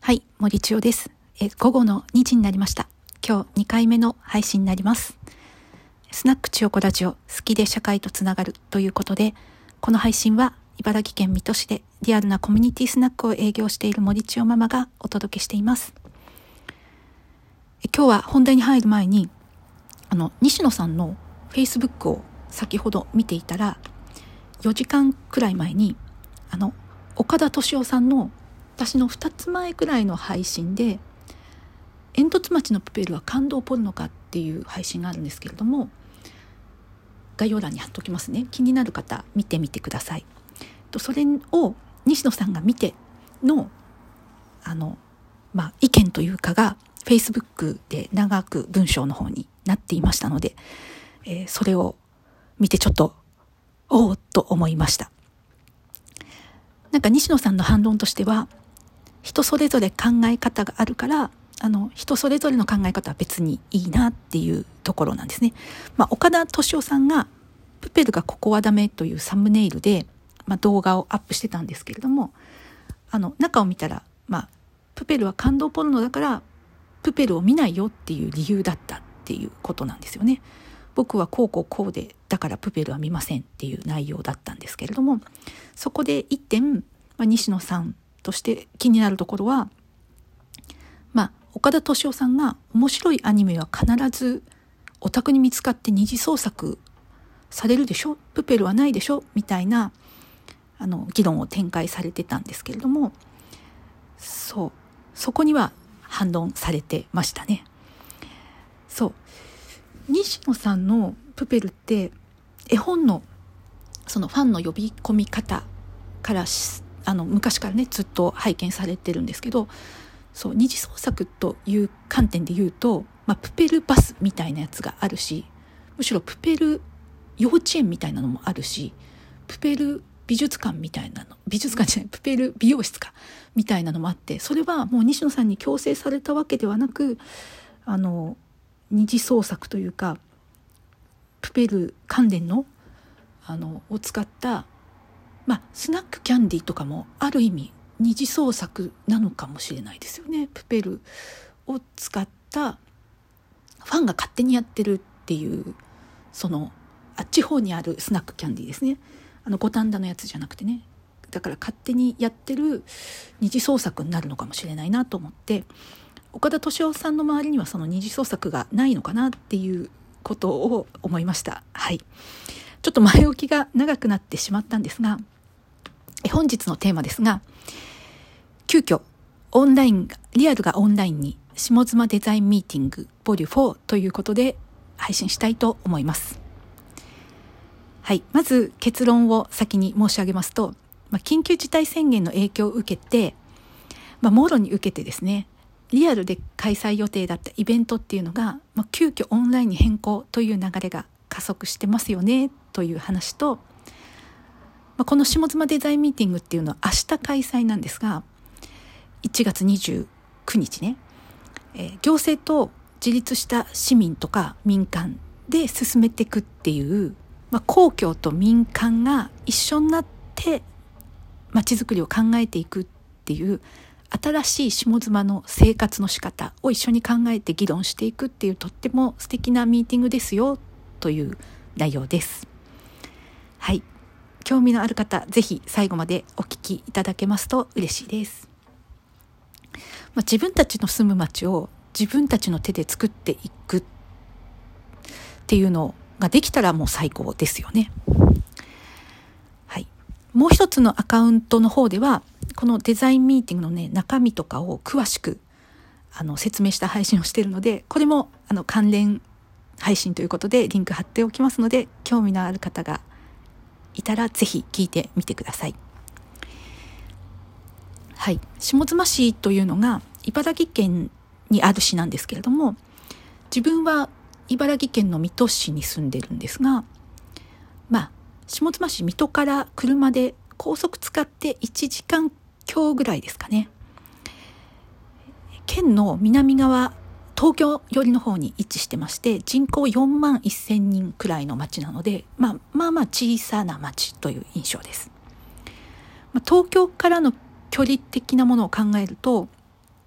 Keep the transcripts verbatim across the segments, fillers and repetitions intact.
はい、森千代です。え午後のにじになりました。今日にかいめの配信になります。スナック千代子ラジオ、好きで社会とつながるということで、この配信は茨城県水戸市でリアルなコミュニティスナックを営業している森千代ママがお届けしています。え今日は本題に入る前に、あの西野さんの Facebook を先ほど見ていたら、よじかんくらい前にあの岡田敏夫さんの私のふたつまえくらいの配信で、煙突町のプペルは感動ポルノかっていう配信があるんですけれども、概要欄に貼っときますね。気になる方見てみてください。とそれを西野さんが見てのあの、まあ、意見というかが Facebook で長く文章の方になっていましたので、えー、それを見てちょっとおーっと思いました。なんか西野さんの反論としては、人それぞれ考え方があるから、あの人それぞれの考え方は別にいいなっていうところなんですね。まあ、岡田敏夫さんがプペルがここはダメというサムネイルで、まあ、動画をアップしてたんですけれども、あの中を見たら、まあ、プペルは感動ポルノだからプペルを見ないよっていう理由だったっていうことなんですよね。僕はこうこうこうでだからプペルは見ませんっていう内容だったんですけれども、そこで一点、まあ、西野さんとして気になるところは、まあ、岡田敏夫さんが面白いアニメは必ずオタクに見つかって二次創作されるでしょ、プペルはないでしょみたいなあの議論を展開されてたんですけれども、そうそこには反論されてましたね。そう西野さんのプペルって絵本のそのファンの呼び込み方からあの昔からねずっと拝見されてるんですけど、そう二次創作という観点で言うと、まあ、プペルバスみたいなやつがあるし、むしろプペル幼稚園みたいなのもあるし、プペル美術館みたいなの美術館じゃないプペル美容室かみたいなのもあって、それはもう西野さんに強制されたわけではなく、あの二次創作というかプペル関連のあのを使ったまあ、スナックキャンディーとかもある意味二次創作なのかもしれないですよね。プペルを使ったファンが勝手にやってるっていう、そのあっち方にあるスナックキャンディーですね。あの五反田のやつじゃなくてね、だから勝手にやってる二次創作になるのかもしれないなと思って、岡田敏夫さんの周りにはその二次創作がないのかなっていうことを思いました。はい、ちょっと前置きが長くなってしまったんですが、本日のテーマですが、急遽オンラインリアルがオンラインに下妻デザインミーティングボリューフォーということで配信したいと思います。はい、まず結論を先に申し上げますと、まあ、緊急事態宣言の影響を受けて、まあ、もろに受けてですね、リアルで開催予定だったイベントっていうのが、まあ、急遽オンラインに変更という流れが加速してますよねという話と、まあ、この下妻デザインミーティングっていうのは明日開催なんですが、いちがつにじゅうくにちね、えー、行政と自立した市民とか民間で進めていくっていう、まあ、公共と民間が一緒になってまちづくりを考えていくっていう新しい下妻の生活の仕方を一緒に考えて議論していくっていう、とっても素敵なミーティングですよという内容です。はい、興味のある方、ぜひ最後までお聞きいただけますと嬉しいです。まあ、自分たちの住む街を自分たちの手で作っていくっていうのができたらもう最高ですよね。はい、もう一つのアカウントの方では、このデザインミーティングのね中身とかを詳しくあの説明した配信をしているので、これもあの関連配信ということでリンク貼っておきますので、興味のある方がいたらぜひ聞いてみてください。はい、下妻市というのが茨城県にある市なんですけれども、自分は茨城県の水戸市に住んでるんですが、まあ下妻市、水戸から車で高速使っていちじかんきょうぐらいですかね。県の南側、東京寄りの方に位置してまして、人口よんまんせんにんくらいの町なので、まあ、まあまあ小さな町という印象です。まあ、東京からの距離的なものを考えると、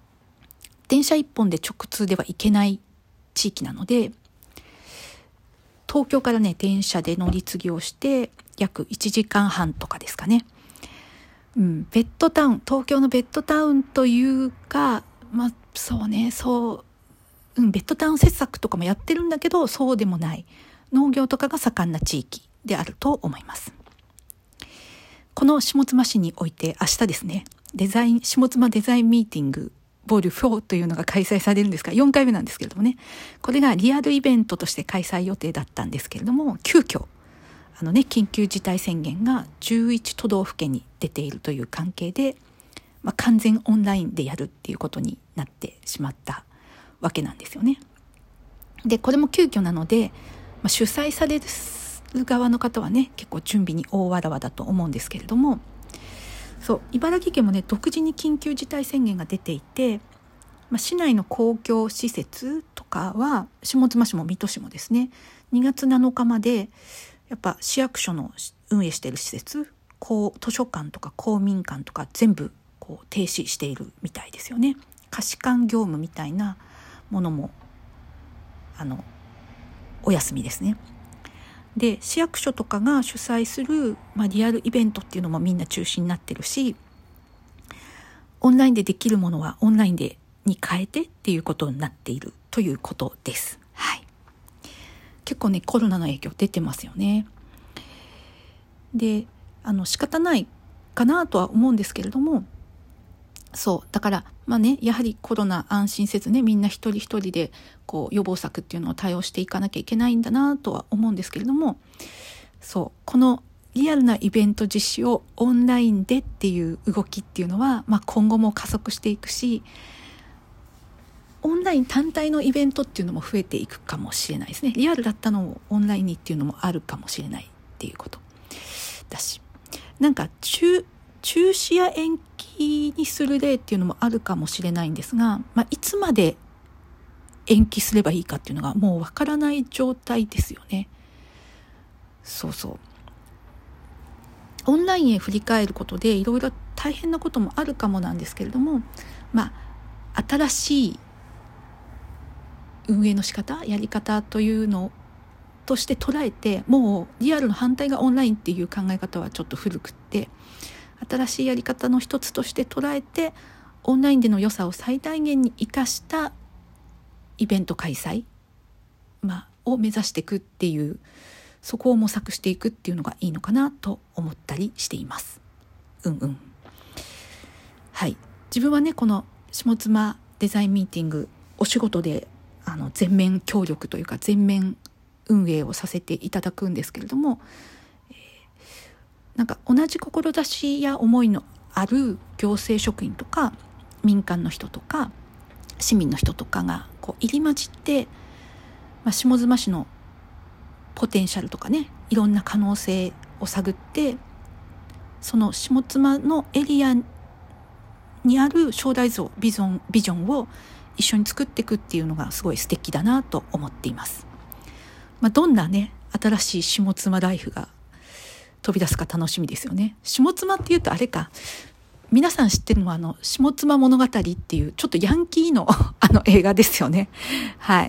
電車一本で直通では行けない地域なので、東京からね電車で乗り継ぎをして約いちじかんはんとかですかね、うん、ベッドタウン、東京のベッドタウンというか、まあそうねそう、うん、ベッドタウン施策とかもやってるんだけど、そうでもない農業とかが盛んな地域であると思います。この下妻市において明日ですね、デザイン下妻デザインミーティングボリュームフォーというのが開催されるんですが、よんかいめなんですけれどもね、これがリアルイベントとして開催予定だったんですけれども、急遽あのね緊急事態宣言がじゅういち都道府県に出ているという関係で、まあ、完全オンラインでやるっていうことになってしまったわけなんですよね。でこれも急遽なので、まあ、主催される側の方はね結構準備に大わらわだと思うんですけれども、そう茨城県もね独自に緊急事態宣言が出ていて、まあ、市内の公共施設とかは下妻市も水戸市もですね、にがつなのかまでやっぱ市役所の運営している施設、こう図書館とか公民館とか全部こう停止しているみたいですよね。貸し館業務みたいなものもあのお休みですね。で市役所とかが主催する、まあ、リアルイベントっていうのもみんな中止になってるし、オンラインでできるものはオンラインでに変えてっていうことになっているということです。はい、結構ねコロナの影響出てますよね。であの仕方ないかなとは思うんですけれども、そうだからまあねやはりコロナ安心せずね、みんな一人一人でこう予防策っていうのを対応していかなきゃいけないんだなとは思うんですけれども、そうこのリアルなイベント実施をオンラインでっていう動きっていうのは、まあ、今後も加速していくし、オンライン単体のイベントっていうのも増えていくかもしれないですね。リアルだったのをオンラインにっていうのもあるかもしれないっていうことだし、なんか中中止や延期にする例っていうのもあるかもしれないんですが、まあ、いつまで延期すればいいかっていうのがもうわからない状態ですよね。そうそう、オンラインへ振り返ることでいろいろ大変なこともあるかもなんですけれども、まあ新しい運営の仕方、やり方というのとして捉えて、もうリアルの反対がオンラインっていう考え方はちょっと古くって、新しいやり方の一つとして捉えて、オンラインでの良さを最大限に生かしたイベント開催、まあ、を目指していくっていう、そこを模索していくっていうのがいいのかなと思ったりしています。うんうん。はい。自分はねこの下妻デザインミーティングお仕事であの全面協力というか全面運営をさせていただくんですけれども、えー、なんか同じ志や思いのある行政職員とか民間の人とか市民の人とかがこう入り混じって、まあ、下妻市のポテンシャルとかね、いろんな可能性を探って、その下妻のエリアにある将来像、ビジョン、ビジョンを一緒に作っていくっていうのがすごい素敵だなと思っています。まあ、どんなね新しい下妻ライフが飛び出すか楽しみですよね。下妻っていうとあれか、皆さん知ってるのはあの下妻物語っていうちょっとヤンキーのあの映画ですよね。はい。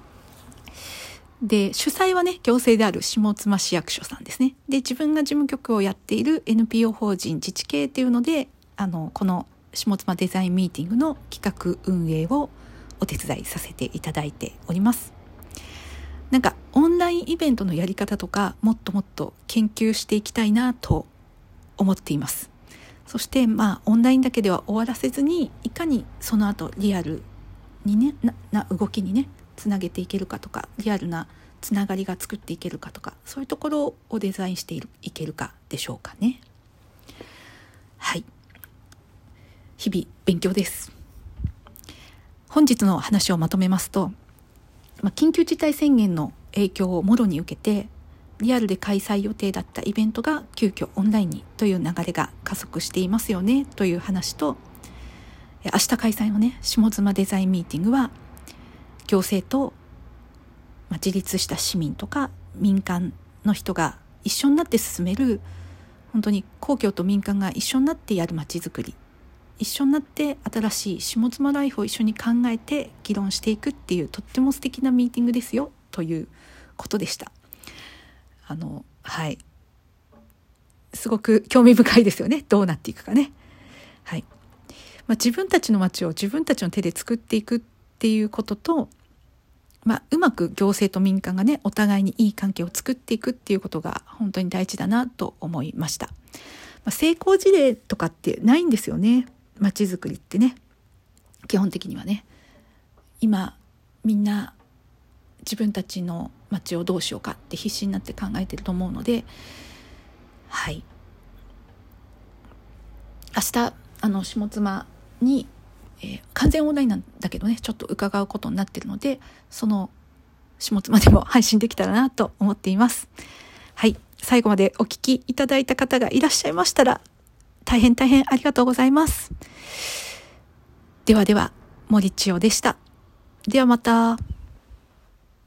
で主催はね行政である下妻市役所さんですね。で自分が事務局をやっている エヌピーオー 法人自治系っていうので、あのこの下妻デザインミーティングの企画運営をお手伝いさせていただいております。なんかオンラインイベントのやり方とかもっともっと研究していきたいなと思っています。そしてまあオンラインだけでは終わらせずに、いかにその後リアルにね な, な動きにねつなげていけるかとか、リアルなつながりが作っていけるかとか、そういうところをデザインしているいけるかでしょうかね。はい、日々勉強です。本日の話をまとめますと、まあ、緊急事態宣言の影響をもろに受けてリアルで開催予定だったイベントが急遽オンラインにという流れが加速していますよねという話と、明日開催のね下妻デザインミーティングは行政と、まあ、自立した市民とか民間の人が一緒になって進める、本当に公共と民間が一緒になってやるまちづくり一緒になって新しい下妻ライフを一緒に考えて議論していくっていう、とっても素敵なミーティングですよということでした。あのはいすごく興味深いですよね。どうなっていくかね。はい、まあ、自分たちの街を自分たちの手で作っていくっていうことと、まあ、うまく行政と民間がねお互いにいい関係を作っていくっていうことが本当に大事だなと思いました。まあ、成功事例とかってないんですよね。街づくりってね、基本的にはね、今みんな自分たちの街をどうしようかって必死になって考えてると思うので、はい明日あの下妻に、えー、完全オンラインなんだけどねちょっと伺うことになってるので、その下妻でも配信できたらなと思っています。はい、最後までお聞きいただいた方がいらっしゃいましたら大変大変ありがとうございます。ではでは、森千代でした。ではまた。